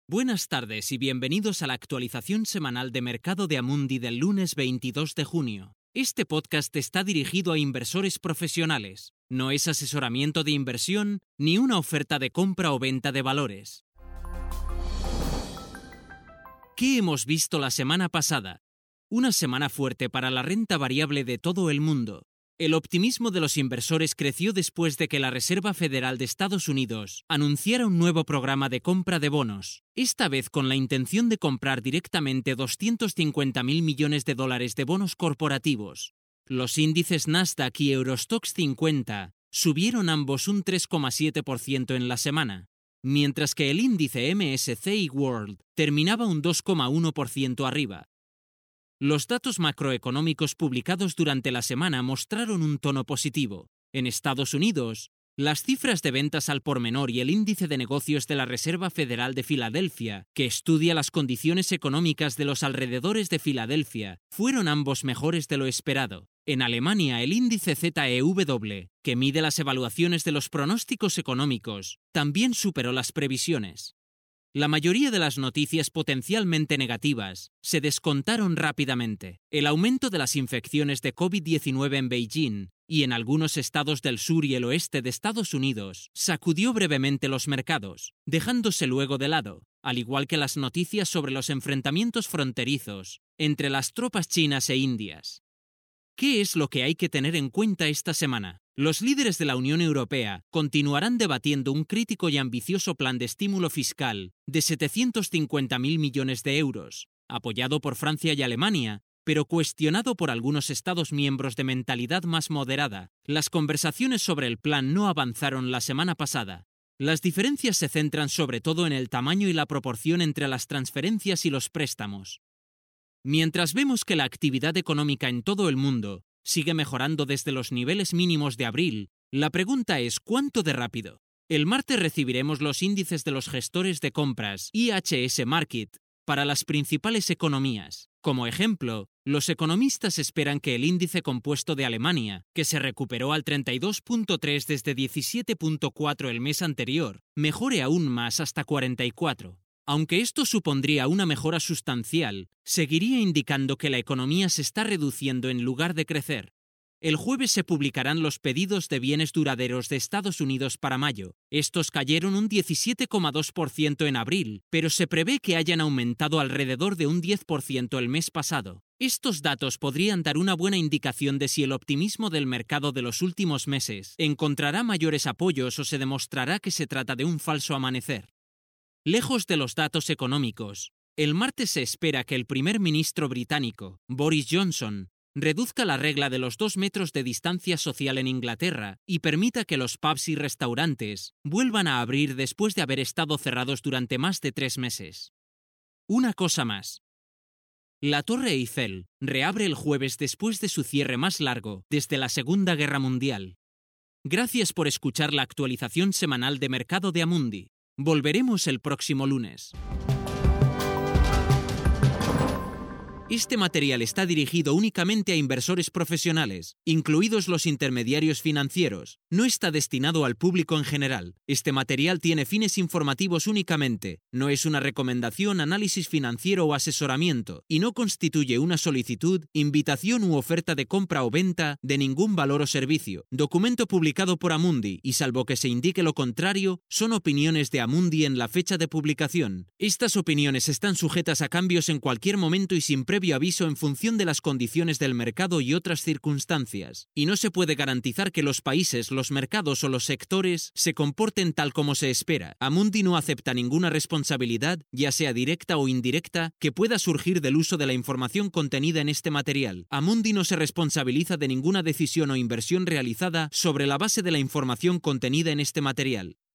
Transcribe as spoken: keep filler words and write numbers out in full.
Buenas tardes y bienvenidos a la actualización semanal de mercado de Amundi del lunes veintidós de junio. Este podcast está dirigido a inversores profesionales. No es asesoramiento de inversión ni una oferta de compra o venta de valores. ¿Qué hemos visto la semana pasada? Una semana fuerte para la renta variable de todo el mundo. El optimismo de los inversores creció después de que la Reserva Federal de Estados Unidos anunciara un nuevo programa de compra de bonos, esta vez con la intención de comprar directamente doscientos cincuenta mil millones de dólares de bonos corporativos. Los índices Nasdaq y Eurostoxx cincuenta subieron ambos un tres coma siete por ciento en la semana, mientras que el índice M S C I World terminaba un dos coma uno por ciento arriba. Los datos macroeconómicos publicados durante la semana mostraron un tono positivo. En Estados Unidos, las cifras de ventas al por menor y el índice de negocios de la Reserva Federal de Filadelfia, que estudia las condiciones económicas de los alrededores de Filadelfia, fueron ambos mejores de lo esperado. En Alemania, el índice Z E W, que mide las evaluaciones de los pronósticos económicos, también superó las previsiones. La mayoría de las noticias potencialmente negativas se descontaron rápidamente. El aumento de las infecciones de COVID diecinueve en Beijing y en algunos estados del sur y el oeste de Estados Unidos sacudió brevemente los mercados, dejándose luego de lado, al igual que las noticias sobre los enfrentamientos fronterizos entre las tropas chinas e indias. ¿Qué es lo que hay que tener en cuenta esta semana? Los líderes de la Unión Europea continuarán debatiendo un crítico y ambicioso plan de estímulo fiscal de setecientos cincuenta mil millones de euros, apoyado por Francia y Alemania, pero cuestionado por algunos Estados miembros de mentalidad más moderada. Las conversaciones sobre el plan no avanzaron la semana pasada. Las diferencias se centran sobre todo en el tamaño y la proporción entre las transferencias y los préstamos. Mientras vemos que la actividad económica en todo el mundo sigue mejorando desde los niveles mínimos de abril, la pregunta es ¿cuánto de rápido? El martes recibiremos los índices de los gestores de compras I H S Markit para las principales economías. Como ejemplo, los economistas esperan que el índice compuesto de Alemania, que se recuperó al treinta y dos punto tres desde diecisiete punto cuatro el mes anterior, mejore aún más hasta cuarenta y cuatro. Aunque esto supondría una mejora sustancial, seguiría indicando que la economía se está reduciendo en lugar de crecer. El jueves se publicarán los pedidos de bienes duraderos de Estados Unidos para mayo. Estos cayeron un diecisiete coma dos por ciento en abril, pero se prevé que hayan aumentado alrededor de un diez por ciento el mes pasado. Estos datos podrían dar una buena indicación de si el optimismo del mercado de los últimos meses encontrará mayores apoyos o se demostrará que se trata de un falso amanecer. Lejos de los datos económicos, el martes se espera que el primer ministro británico, Boris Johnson, reduzca la regla de los dos metros de distancia social en Inglaterra y permita que los pubs y restaurantes vuelvan a abrir después de haber estado cerrados durante más de tres meses. Una cosa más. La Torre Eiffel reabre el jueves después de su cierre más largo desde la Segunda Guerra Mundial. Gracias por escuchar la actualización semanal de mercado de Amundi. Volveremos el próximo lunes. Este material está dirigido únicamente a inversores profesionales, incluidos los intermediarios financieros. No está destinado al público en general. Este material tiene fines informativos únicamente. No es una recomendación, análisis financiero o asesoramiento, y no constituye una solicitud, invitación u oferta de compra o venta de ningún valor o servicio. Documento publicado por Amundi, y salvo que se indique lo contrario, son opiniones de Amundi en la fecha de publicación. Estas opiniones están sujetas a cambios en cualquier momento y sin previo aviso en función de las condiciones del mercado y otras circunstancias, y no se puede garantizar que los países, los mercados o los sectores se comporten tal como se espera. Amundi no acepta ninguna responsabilidad, ya sea directa o indirecta, que pueda surgir del uso de la información contenida en este material. Amundi no se responsabiliza de ninguna decisión o inversión realizada sobre la base de la información contenida en este material.